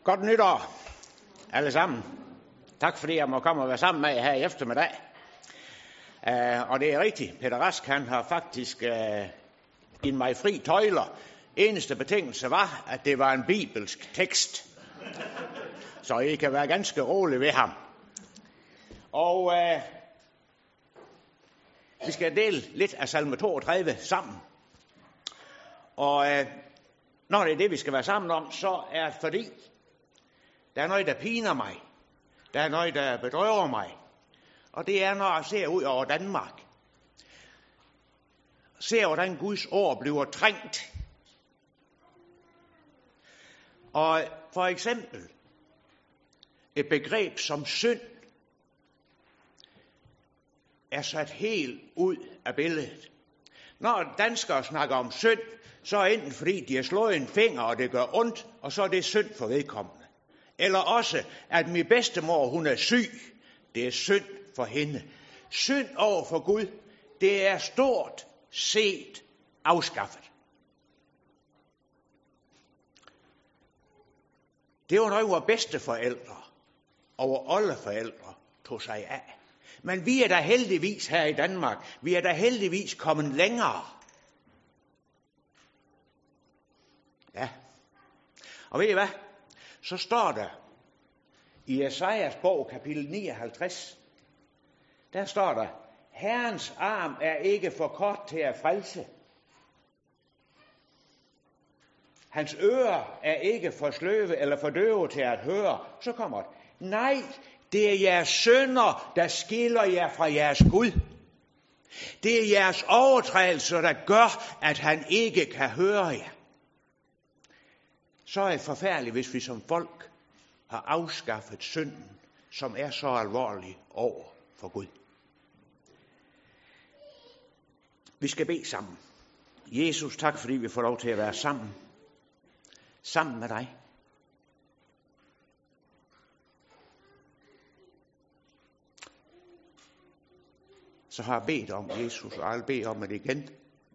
Godt nytår, alle sammen. Tak fordi jeg må komme og være sammen med jer her i eftermiddag. Og det er rigtigt, Peter Rask, han har faktisk givet mig fri tøjler. Eneste betingelse var, at det var en bibelsk tekst. Så I kan være ganske rolig ved ham. Og vi skal dele lidt af salme 32 sammen. Og når det er det, vi skal være sammen om, så er det fordi, der er noget, der piner mig. Der er noget, der bedrøver mig. Og det er, når jeg ser ud over Danmark. Ser, hvordan Guds ord bliver trængt. Og for eksempel et begreb som synd er sat helt ud af billedet. Når danskere snakker om synd, så er enten fordi de har slået en finger, og det gør ondt, og så er det synd for vedkommende. Eller også, at min bedstemor, hun er syg. Det er synd for hende. Synd over for Gud, det er stort set afskaffet. Det var noget, vores bedsteforældre og oldeforældre tog sig af. Men vi er da heldigvis her i Danmark, vi er da heldigvis kommet længere. Ja. Og ved I hvad? Så står der i Esajas bog, kapitel 59, der står der, Herrens arm er ikke for kort til at frelse. Hans ører er ikke for sløve eller for døve til at høre. Så kommer det. Nej, det er jeres synder, der skiller jer fra jeres Gud. Det er jeres overtrædelser, der gør, at han ikke kan høre jer. Så er det forfærdeligt, hvis vi som folk har afskaffet synden, som er så alvorlig over for Gud. Vi skal bede sammen. Jesus, tak fordi vi får lov til at være sammen. Sammen med dig. Så har jeg bedt om, Jesus, og jeg vil bede om det igen,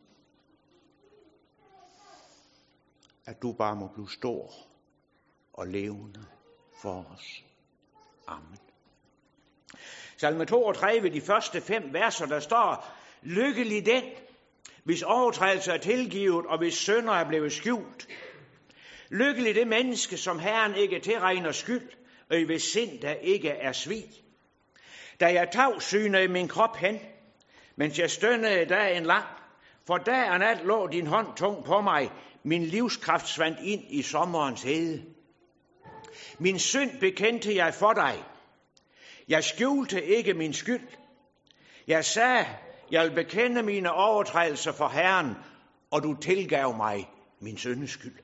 at du bare må blive stor og levende for os. Amen. Salme 32, de første 5 verser, der står, lykkelig den, hvis overtrædelser er tilgivet, og hvis synder er blevet skjult. Lykkelig det menneske, som Herren ikke tilregner skyld, og i hvis sind, der ikke er svig. Da jeg tavsynede min krop hen, mens jeg stønnede dagen lang, for dag og nat lå din hånd tung på mig, min livskraft svandt ind i sommerens hede. Min synd bekendte jeg for dig. Jeg skjulte ikke min skyld. Jeg sagde, jeg vil bekende mine overtrædelser for Herren, og du tilgav mig min syndeskyld.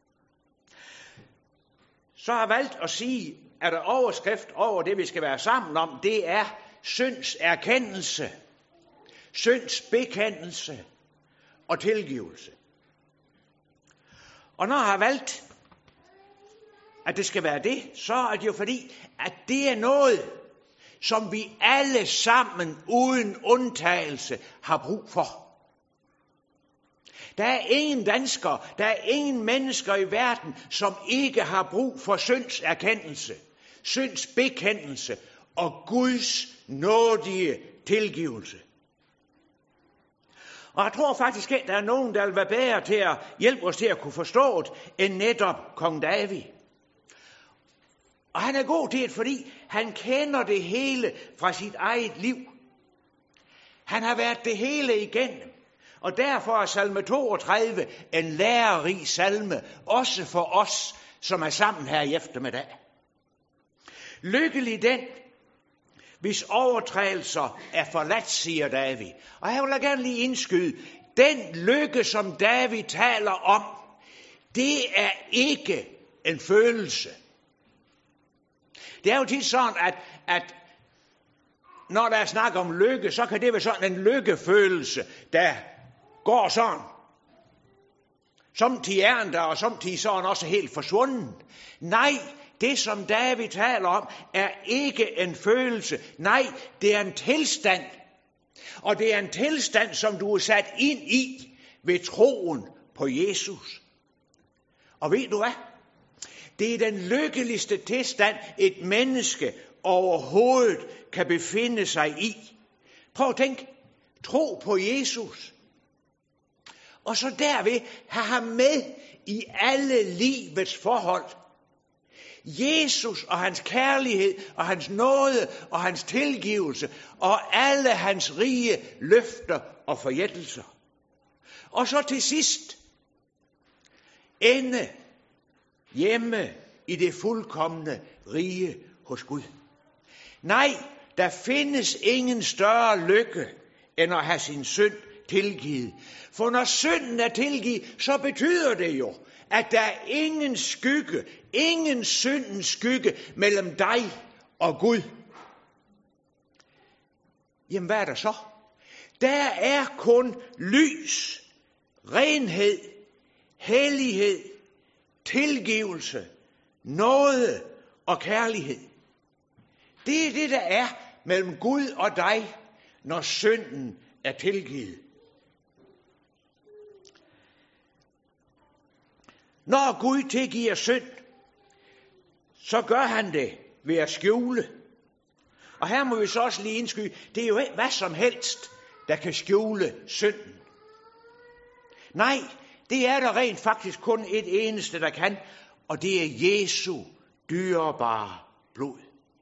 Så har jeg valgt at sige, at der overskrift over det, vi skal være sammen om, det er synds erkendelse, synds bekendelse og tilgivelse. Og når jeg har valgt, at det skal være det, så er det jo fordi, at det er noget, som vi alle sammen uden undtagelse har brug for. Der er ingen danskere, der er ingen mennesker i verden, som ikke har brug for synds erkendelse, synds bekendelse og Guds nådige tilgivelse. Og jeg tror faktisk ikke, der er nogen, der vil være bedre til at hjælpe os til at kunne forstå det, end netop kong David. Og han er god til det, fordi han kender det hele fra sit eget liv. Han har været det hele igennem. Og derfor er salme 32 en lærerig salme, også for os, som er sammen her i eftermiddag. Lykkelig den, hvis overtrædelser er forladt, siger David. Og jeg vil gerne lige indskyde, den lykke, som David taler om, det er ikke en følelse. Det er jo tit sådan, at når der er snak om lykke, så kan det være sådan en lykkefølelse, der går sådan. Samtidig er den der, og samtidig så er den også helt forsvunden. Nej, det som David taler om, er ikke en følelse. Nej, det er en tilstand. Og det er en tilstand, som du er sat ind i ved troen på Jesus. Og ved du hvad? Det er den lykkeligste tilstand, et menneske overhovedet kan befinde sig i. Prøv at tænk. Tro på Jesus. Og så derved have ham med i alle livets forhold. Jesus og hans kærlighed og hans nåde og hans tilgivelse og alle hans rige løfter og forjættelser. Og så til sidst ende hjemme i det fuldkomne rige hos Gud. Nej, der findes ingen større lykke end at have sin synd tilgivet. For når synden er tilgivet, så betyder det jo, at der er ingen syndens skygge mellem dig og Gud. Jamen hvad er der så? Der er kun lys, renhed, hellighed, tilgivelse, nåde og kærlighed. Det er det, der er mellem Gud og dig, når synden er tilgivet. Når Gud tilgiver synd, så gør han det ved at skjule. Og her må vi så også lige indskyde, det er jo ikke hvad som helst, der kan skjule synden. Nej, det er der rent faktisk kun et eneste, der kan, og det er Jesu dyrebare blod.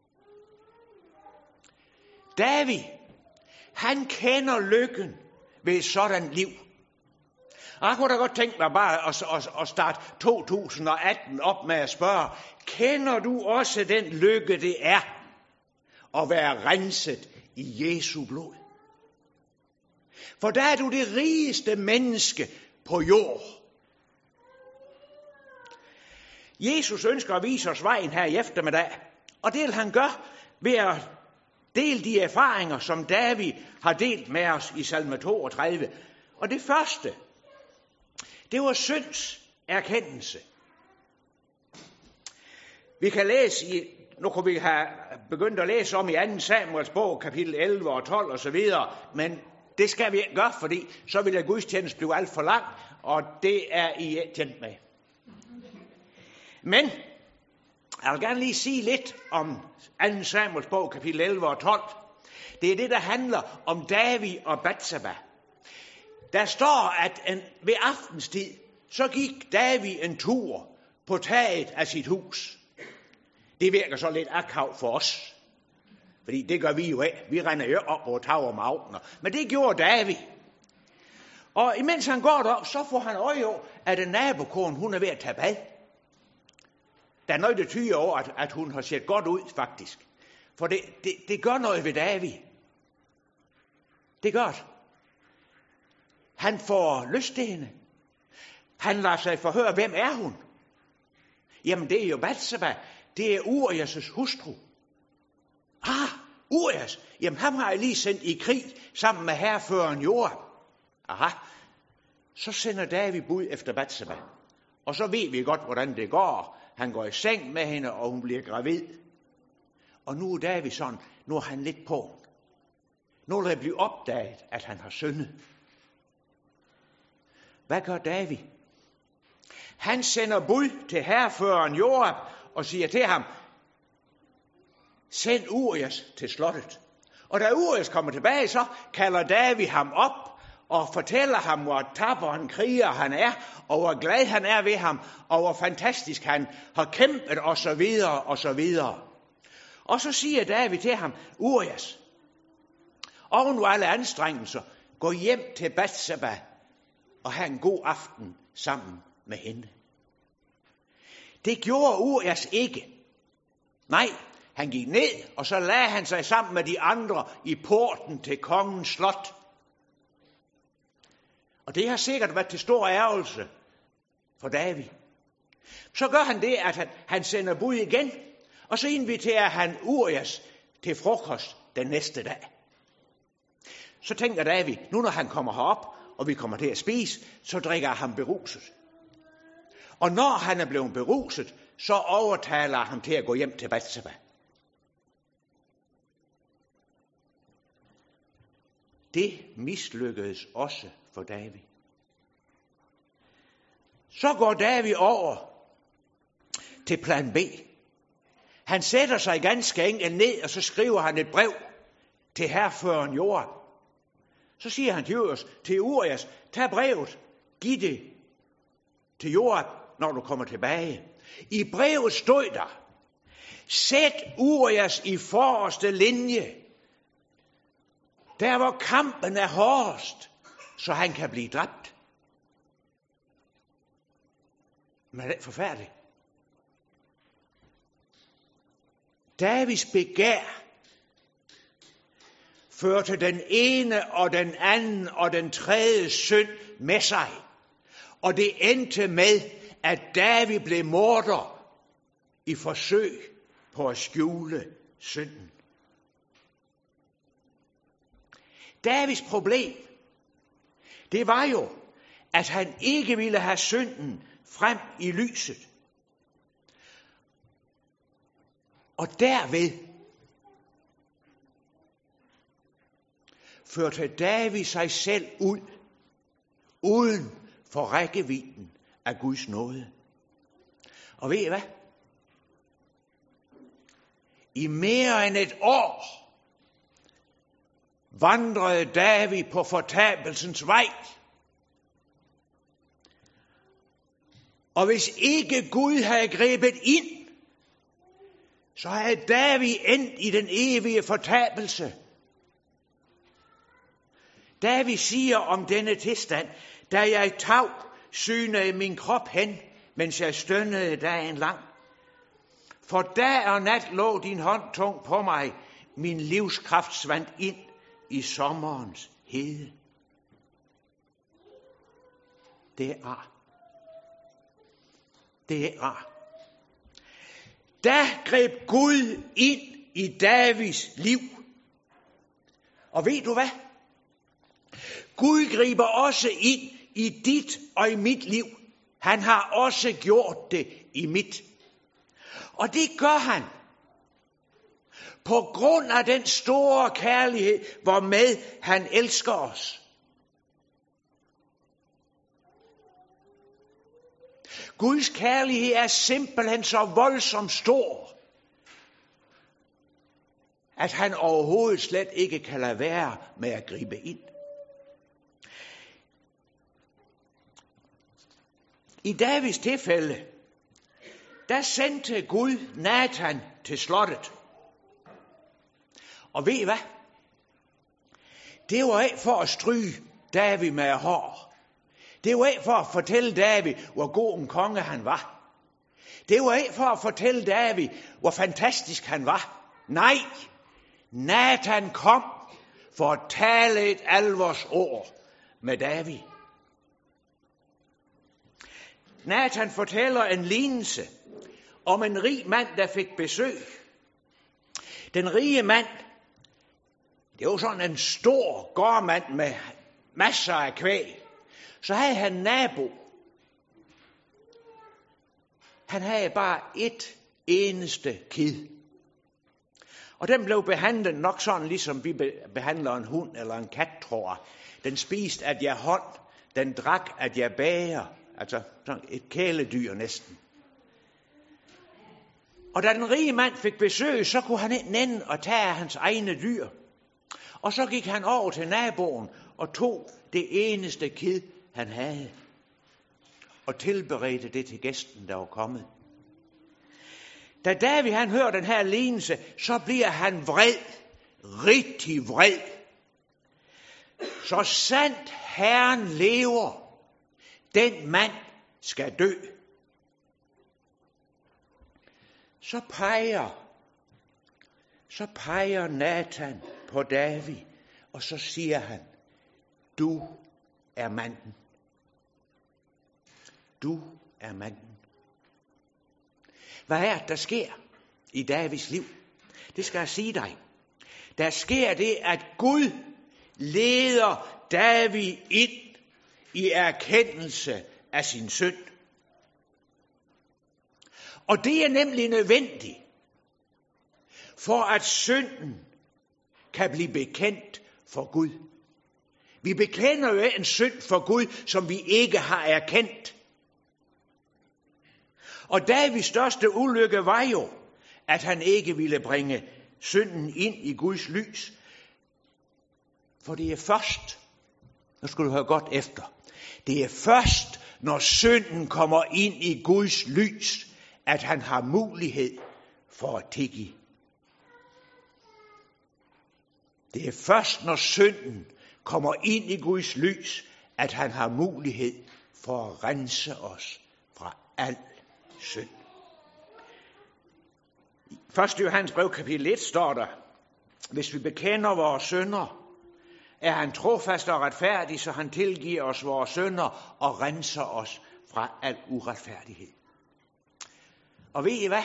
David, han kender lykken ved et sådan liv. Og jeg kunne da godt tænke mig bare at starte 2018 op med at spørge, kender du også den lykke, det er at være renset i Jesu blod? For der er du det rigeste menneske på jord. Jesus ønsker at vise os vejen her i eftermiddag, og det vil han gøre ved at dele de erfaringer, som David har delt med os i salme 32. Og det første, det var synds erkendelse. Vi kan læse nu kunne vi have begyndt at læse om i 2. Samuels bog, kapitel 11 og 12 og så videre, men det skal vi ikke gøre, fordi så vil gudstjenesten blive alt for lang, og det er I ikke tjent med. Men jeg vil gerne lige sige lidt om 2. Samuels bog, kapitel 11 og 12. Det er det, der handler om David og Batseba. Der står, at ved aftenstid, så gik David en tur på taget af sit hus. Det virker så lidt akav for os, fordi det gør vi jo ikke. Vi render jo op på tag om aftenen. Men det gjorde David. Og imens han går derop, så får han øje over, at en nabokone, hun er ved at tage bad. Der er noget, der tyder over, at hun har set godt ud, faktisk. For det gør noget ved David. Det gør det. Han får lyst til hende. Han lader sig forhøre, hvem er hun? Jamen, det er jo Batseba. Det er Urias' hustru. Urias. Jamen, ham har jeg lige sendt i krig sammen med hærføreren Joab. Aha. Så sender David bud efter Batseba. Og så ved vi godt, hvordan det går. Han går i seng med hende, og hun bliver gravid. Og nu er David sådan, nu er han lidt på. Nu er det blive opdaget, at han har syndet. Hvad gør David? Han sender bud til hærføreren Joab og siger til ham, send Urias til slottet. Og da Urias kommer tilbage, så kalder David ham op og fortæller ham, hvor tapper en kriger han er, og hvor glad han er ved ham, og hvor fantastisk han har kæmpet, og så videre, og så videre. Og så siger David til ham, Urias, oven alle anstrengelser, gå hjem til Batseba og have en god aften sammen med hende. Det gjorde Urias ikke. Nej, han gik ned, og så lagde han sig sammen med de andre i porten til kongens slot. Og det har sikkert været til stor ærgelse for David. Så gør han det, at han sender bud igen, og så inviterer han Urias til frokost den næste dag. Så tænker David, nu når han kommer herop, og vi kommer til at spise, så drikker han beruset. Og når han er blevet beruset, så overtaler han til at gå hjem til Batseba. Det mislykkedes også for David. Så går David over til plan B. Han sætter sig ganske enkelt ned, og så skriver han et brev til herføreren Joab. Så siger han til Urias, tag brevet, giv det til Joab, når du kommer tilbage. I brevet stod der, sæt Urias i forreste linje, der hvor kampen er hårdest, så han kan blive dræbt. Men er det forfærdeligt? Davids begær førte den ene og den anden og den tredje synd med sig. Og det endte med, at David blev morder i forsøg på at skjule synden. Davids problem, det var jo, at han ikke ville have synden frem i lyset. Og derved førte David sig selv ud, uden for rækkevidden af Guds nåde. Og ved I hvad? I mere end et år vandrede David på fortabelsens vej. Og hvis ikke Gud havde grebet ind, så havde David endt i den evige fortabelse. David siger om denne tilstand, da jeg tav, synede min krop hen, mens jeg stønnede dagen lang. For dag og nat lå din hånd tung på mig, min livskraft svandt ind i sommerens hede. Det er ar. Det er ar. Da greb Gud ind i Davids liv. Og ved du hvad? Gud griber også ind i dit og i mit liv. Han har også gjort det i mit. Og det gør han på grund af den store kærlighed, hvormed han elsker os. Guds kærlighed er simpelthen så voldsomt stor, at han overhovedet slet ikke kan lade være med at gribe ind. I Davids tilfælde, der sendte Gud Nathan til slottet. Og ved I hvad? Det var ikke for at stryge David med hår. Det var ikke for at fortælle David, hvor god en konge han var. Det var ikke for at fortælle David, hvor fantastisk han var. Nej, Nathan kom for at tale et alvorsord med David. Nathan fortæller en lignelse om en rig mand, der fik besøg. Den rige mand, det var sådan en stor gårdmand med masser af kvæg. Så havde han en nabo. Han havde bare et eneste kid. Og den blev behandlet nok sådan, ligesom vi behandler en hund eller en kat, tror jeg. Den spiste at jeg hånd, den drak at jeg bager. Altså sådan et kæledyr næsten. Og da den rige mand fik besøg, så kunne han ikke nænde at tage hans egne dyr. Og så gik han over til naboen og tog det eneste kid, han havde. Og tilberedte det til gæsten, der var kommet. Da David han hører den her lignelse, så bliver han vred. Rigtig vred. Så sandt Herren lever, den mand skal dø. Så peger Nathan på David, og så siger han, du er manden. Du er manden. Hvad er det, der sker i Davids liv? Det skal jeg sige dig. Der sker det, at Gud leder David ind i erkendelse af sin synd. Og det er nemlig nødvendigt, for at synden kan blive bekendt for Gud. Vi bekender jo en synd for Gud, som vi ikke har erkendt. Og Davids største ulykke var jo, at han ikke ville bringe synden ind i Guds lys. For det er først, nu skal du høre godt efter, det er først, når synden kommer ind i Guds lys, at han har mulighed for at tilgive. Det er først, når synden kommer ind i Guds lys, at han har mulighed for at rense os fra al synd. 1. Johannes brev kapitel 1 står der, hvis vi bekender vores synder, er han trofast og retfærdig, så han tilgiver os vores synder og renser os fra al uretfærdighed. Og ved I hvad?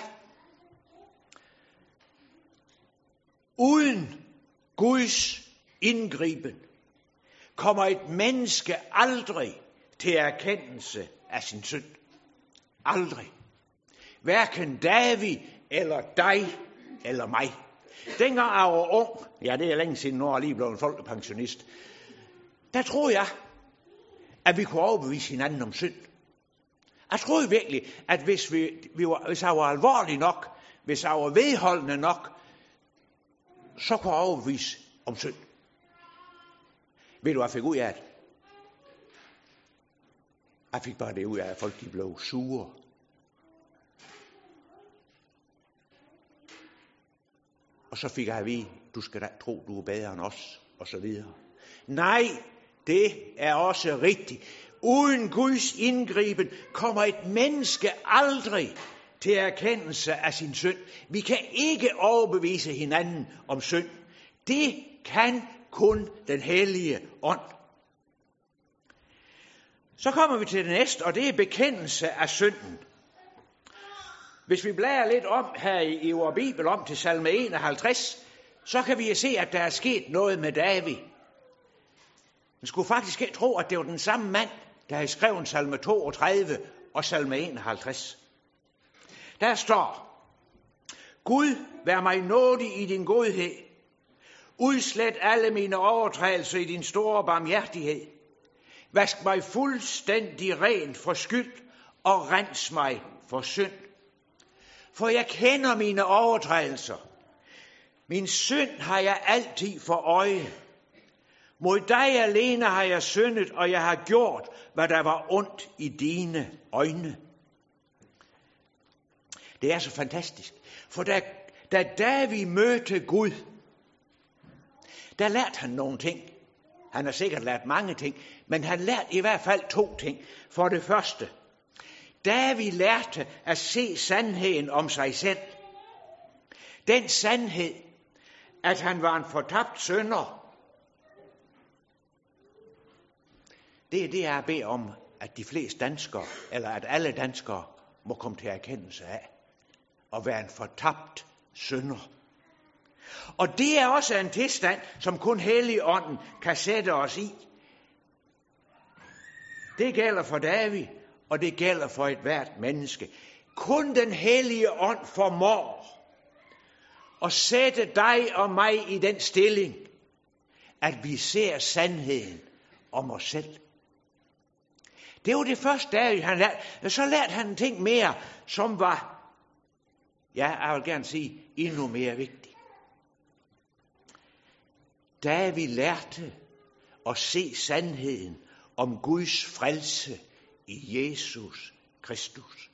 Uden Guds indgriben kommer et menneske aldrig til erkendelse af sin synd. Aldrig. Hverken David eller dig eller mig. Dengang jeg var ung, ja det er længe siden, nu er jeg lige blevet en folkepensionist, der troede jeg, at vi kunne overbevise hinanden om synd. Jeg troede virkelig, at hvis jeg var alvorlig nok, hvis jeg var vedholdende nok, så kunne jeg overbevise om synd. Ved du, hvad jeg fik ud af det? Jeg fik bare det ud af, at folk de blev sure. Og så fik jeg at vide, du skal da tro, du er bedre end os, og så videre. Nej, det er også rigtigt. Uden Guds indgriben kommer et menneske aldrig til erkendelse af sin synd. Vi kan ikke overbevise hinanden om synd. Det kan kun den hellige ånd. Så kommer vi til det næste, og det er bekendelse af synden. Hvis vi bladrer lidt om her i vores Bibel om til salme 51, så kan vi se, at der er sket noget med David. Man skulle faktisk ikke tro, at det var den samme mand, der har skrevet salme 32 og salme 51. Der står, Gud, vær mig nådig i din godhed. Udslet alle mine overtrædelser i din store barmhjertighed. Vask mig fuldstændig rent for skyld og rens mig for synd. For jeg kender mine overtrædelser. Min synd har jeg altid for øje. Mod dig alene har jeg syndet, og jeg har gjort, hvad der var ondt i dine øjne. Det er så fantastisk. For da David mødte Gud, der lærte han nogle ting. Han har sikkert lært mange ting, men han lærte i hvert fald 2 ting. For det første, David lærte at se sandheden om sig selv. Den sandhed, at han var en fortabt synder. Det er det, jeg beder om, at de fleste danskere, eller at alle danskere, må komme til erkendelse af. At være en fortabt synder. Og det er også en tilstand, som kun Helligånden kan sætte os i. Det gælder for David, og det gælder for et hvert menneske. Kun den hellige ånd formår at sætte dig og mig i den stilling, at vi ser sandheden om os selv. Det var det første, David han lærte. Så lærte han en ting mere, som var, ja, jeg vil gerne sige, endnu mere vigtigt. David lærte at se sandheden om Guds frelse i Jesus Kristus.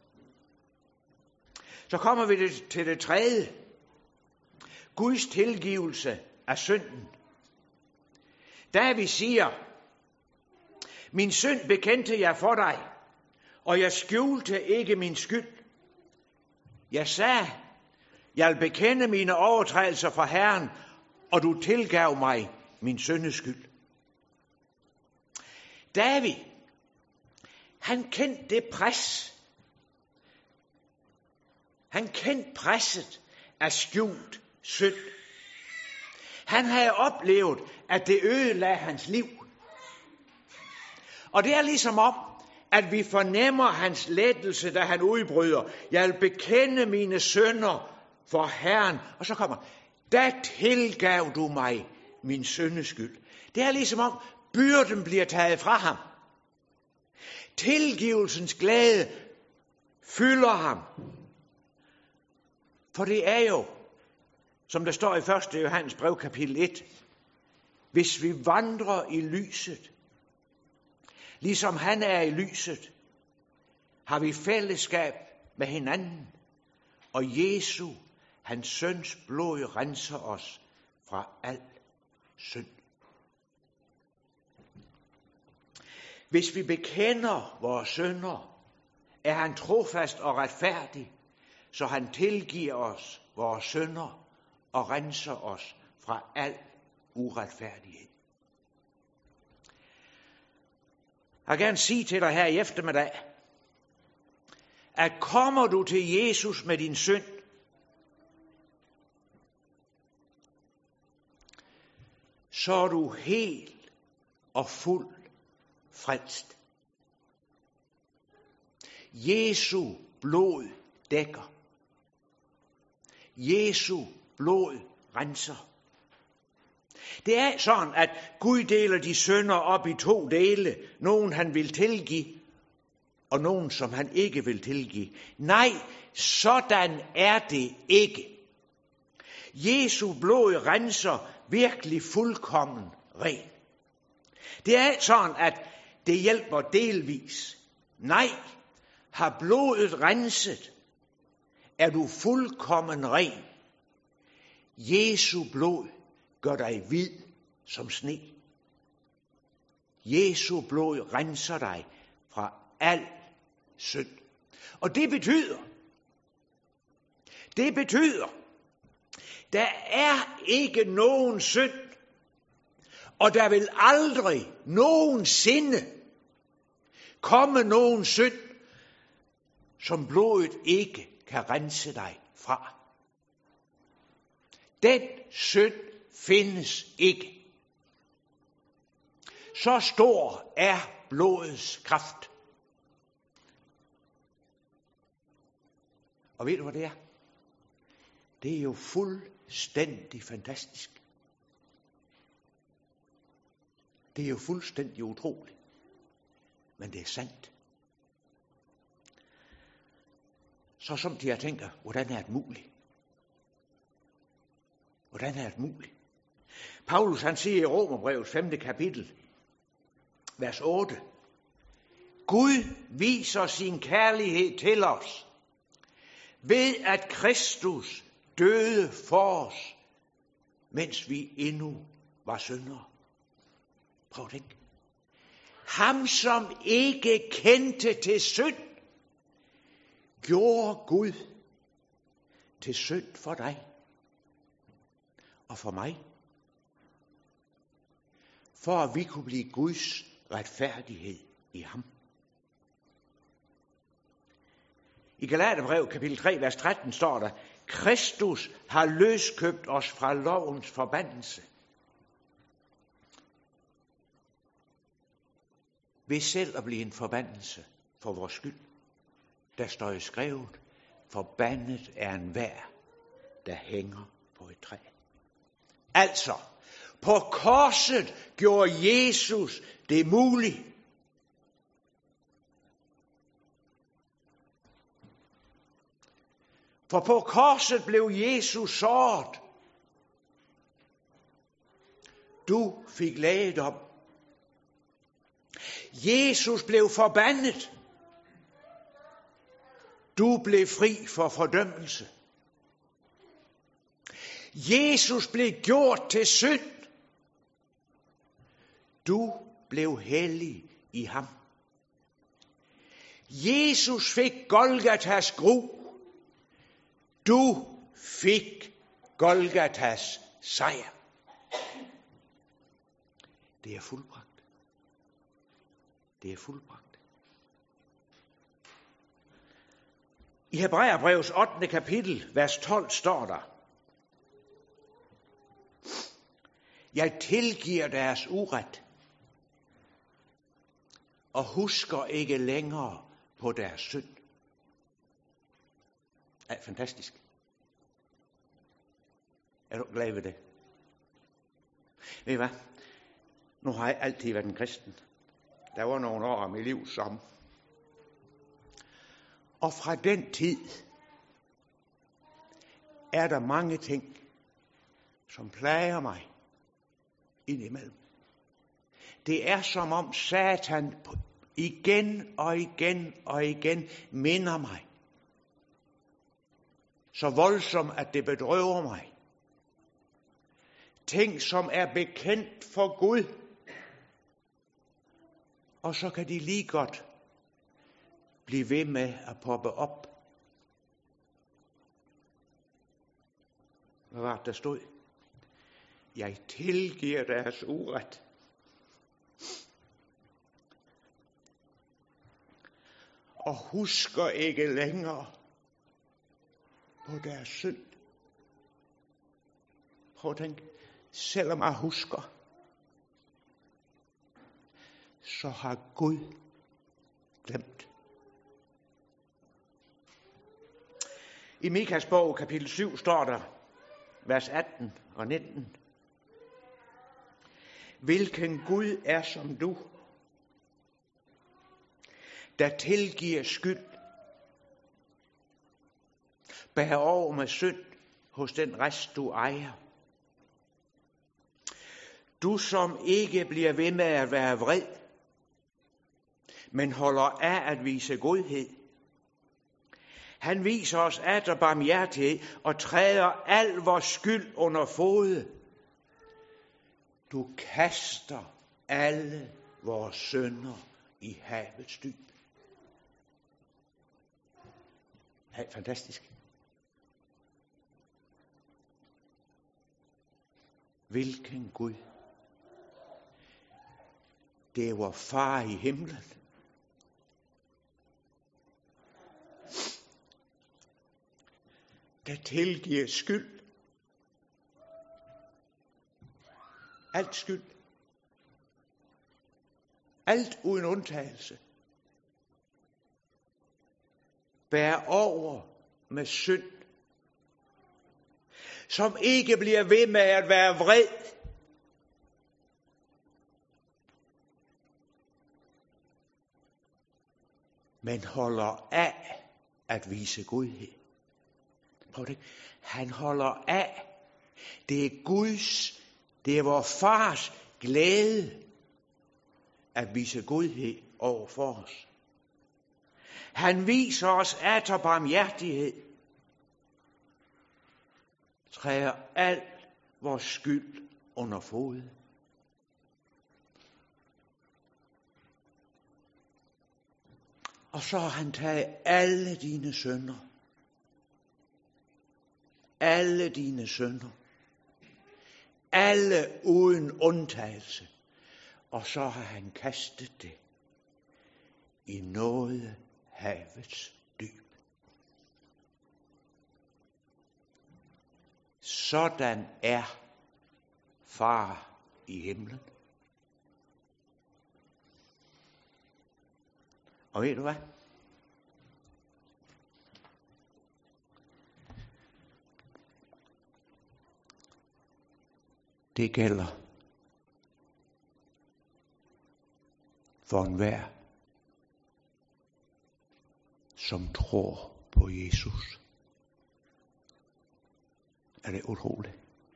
Så kommer vi til det tredje. Guds tilgivelse af synden. David siger, min synd bekendte jeg for dig, og jeg skjulte ikke min skyld. Jeg sagde, jeg vil bekende mine overtrædelser for Herren, og du tilgav mig min syndeskyld. David, han kendte det pres. Han kendte presset af skjult synd. Han havde oplevet, at det ødelagde hans liv. Og det er ligesom om, at vi fornemmer hans lettelse, da han udbryder. Jeg vil bekende mine synder for Herren. Og så kommer, da tilgav du mig min syndeskyld. Det er ligesom om, byrden bliver taget fra ham. Tilgivelsens glæde fylder ham. For det er jo, som der står i 1. Johannes brev, kapitel 1, hvis vi vandrer i lyset, ligesom han er i lyset, har vi fællesskab med hinanden, og Jesu, hans søns blod, renser os fra al synd. Hvis vi bekender vores synder, er han trofast og retfærdig, så han tilgiver os vores synder og renser os fra al uretfærdighed. Jeg vil gerne sige til dig her i eftermiddag, at kommer du til Jesus med din synd, så er du helt og fuld frelst. Jesu blod dækker. Jesu blod renser. Det er sådan, at Gud deler de synder op i 2 dele. Nogen han vil tilgive, og nogen som han ikke vil tilgive. Nej, sådan er det ikke. Jesu blod renser virkelig fuldkommen ren. Det er sådan, at det hjælper delvis. Nej, har blodet renset, er du fuldkommen ren. Jesu blod gør dig hvid som sne. Jesu blod renser dig fra al synd. Og det betyder, der er ikke nogen synd, og der vil aldrig nogensinde komme nogen synd, som blodet ikke kan rense dig fra. Den synd findes ikke. Så stor er blodets kraft. Og ved du, hvad det er? Det er jo fuldstændig fantastisk. Det er jo fuldstændig utroligt. Men det er sandt. Så som jeg tænker, hvordan er det muligt? Hvordan er det muligt? Paulus han siger i Romerbrevets 5. kapitel, vers 8. Gud viser sin kærlighed til os, ved at Kristus døde for os, mens vi endnu var syndere. Prøv at tænke. Ham, som ikke kendte til synd, gjorde Gud til synd for dig og for mig, for at vi kunne blive Guds retfærdighed i ham. I Galaterbrev kapitel 3, vers 13 står der, Kristus har løskøbt os fra lovens forbandelse. Ved selv at blive en forbandelse for vores skyld. Der står i skrevet, forbandet er enhver, der hænger på et træ. Altså, på korset gjorde Jesus det muligt. For på korset blev Jesus såret. Du fik lægedom. Jesus blev forbandet. Du blev fri for fordømmelse. Jesus blev gjort til synd. Du blev hellig i ham. Jesus fik Golgatas gru. Du fik Golgatas sejr. Det er fuldbragt. Det er fuldbragt. I Hebræerbrevets 8. kapitel, vers 12 står der, jeg tilgiver deres uret og husker ikke længere på deres synd. Det er fantastisk. Er du glad ved det? Ved I hvad? Nu har jeg altid været en kristen. Der var nogle år af mit liv som. Og fra den tid er der mange ting, som plager mig indimellem. Det er som om Satan igen og igen og igen minder mig. Så voldsomt, at det bedrøver mig. Ting, som er bekendt for Gud. Og så kan de lige godt blive ved med at poppe op. Hvad var det, der stod? Jeg tilgiver deres uret. Og husker ikke længere på deres synd. Prøv at tænke, selvom jeg husker, så har Gud glemt. I Mikas bog, kapitel 7, står der, vers 18 og 19. Hvilken Gud er som du, der tilgiver skyld, bærer over med synd hos den rest, du ejer. Du som ikke bliver ved med at være vred, men holder af at vise godhed. Han viser os atter barmhjertighed og træder al vores skyld under fode. Du kaster alle vores synder i havets dyb. Hey, fantastisk. Hvilken Gud. Det er vor far i himlen. Der tilgiver skyld. Alt skyld. Alt uden undtagelse. Bær over med synd. Som ikke bliver ved med at være vred. Men holder af at vise godhed. Prøv det. Han holder af. Det er Guds, det er vor fars glæde at vise godhed over for os. Han viser os atter barmhjertighed. Træder al vores skyld under fod. Og så har han taget alle dine synder. Alle dine synder. Alle uden undtagelse. Og så har han kastet det i nåde havets dyb. Sådan er far i himlen. Og ved du hvad? Det gælder for enhver, som tror på Jesus. Er det utroligt?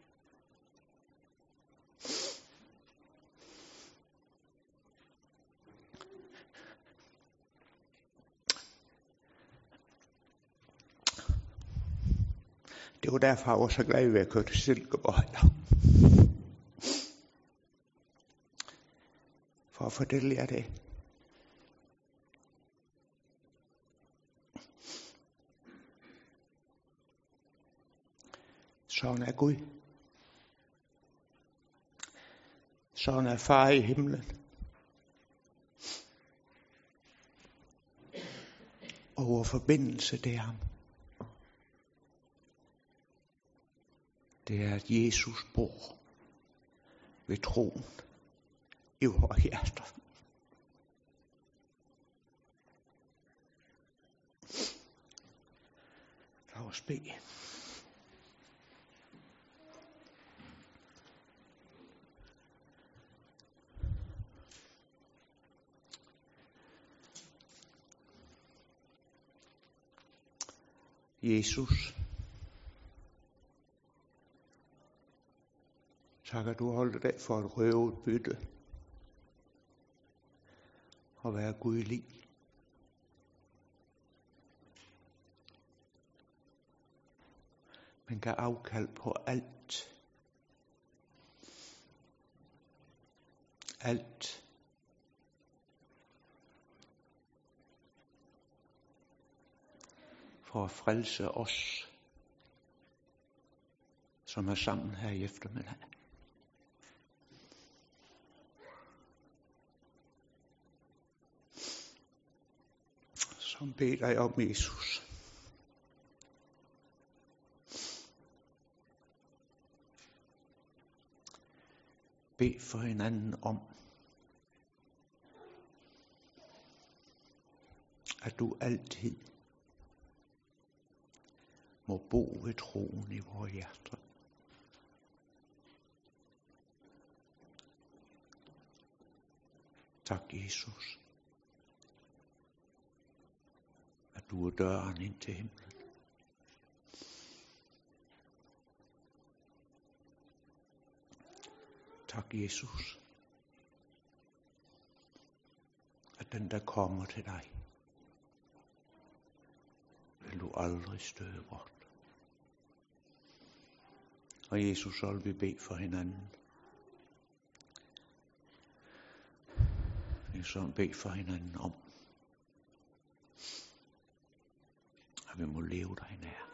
Det var derfor, jeg var så glad ved at køre til Silkeborg. For at fortælle jer det. Sådan er Gud. Sådan er far i himlen. Og vor forbindelse det er ham. Det er, at Jesus bor ved troen i vores hjerter. Lad os bede. Jesus, tak at du holdt dig for et røvet bytte og være gudlig. Men gav afkald på alt. Alt. For at frelse os, som er sammen her i eftermiddag. Som beder dig om, Jesus. Bed for hinanden om, at du altid må bo ved troen i vores hjerter. Tak, Jesus, at du er døren ind til himlen. Tak, Jesus, at den, der kommer til dig, vil du aldrig støde bort. Og Jesus, så vil vi bede for hinanden. Vi så bede for hinanden om, at vi må leve dig nær.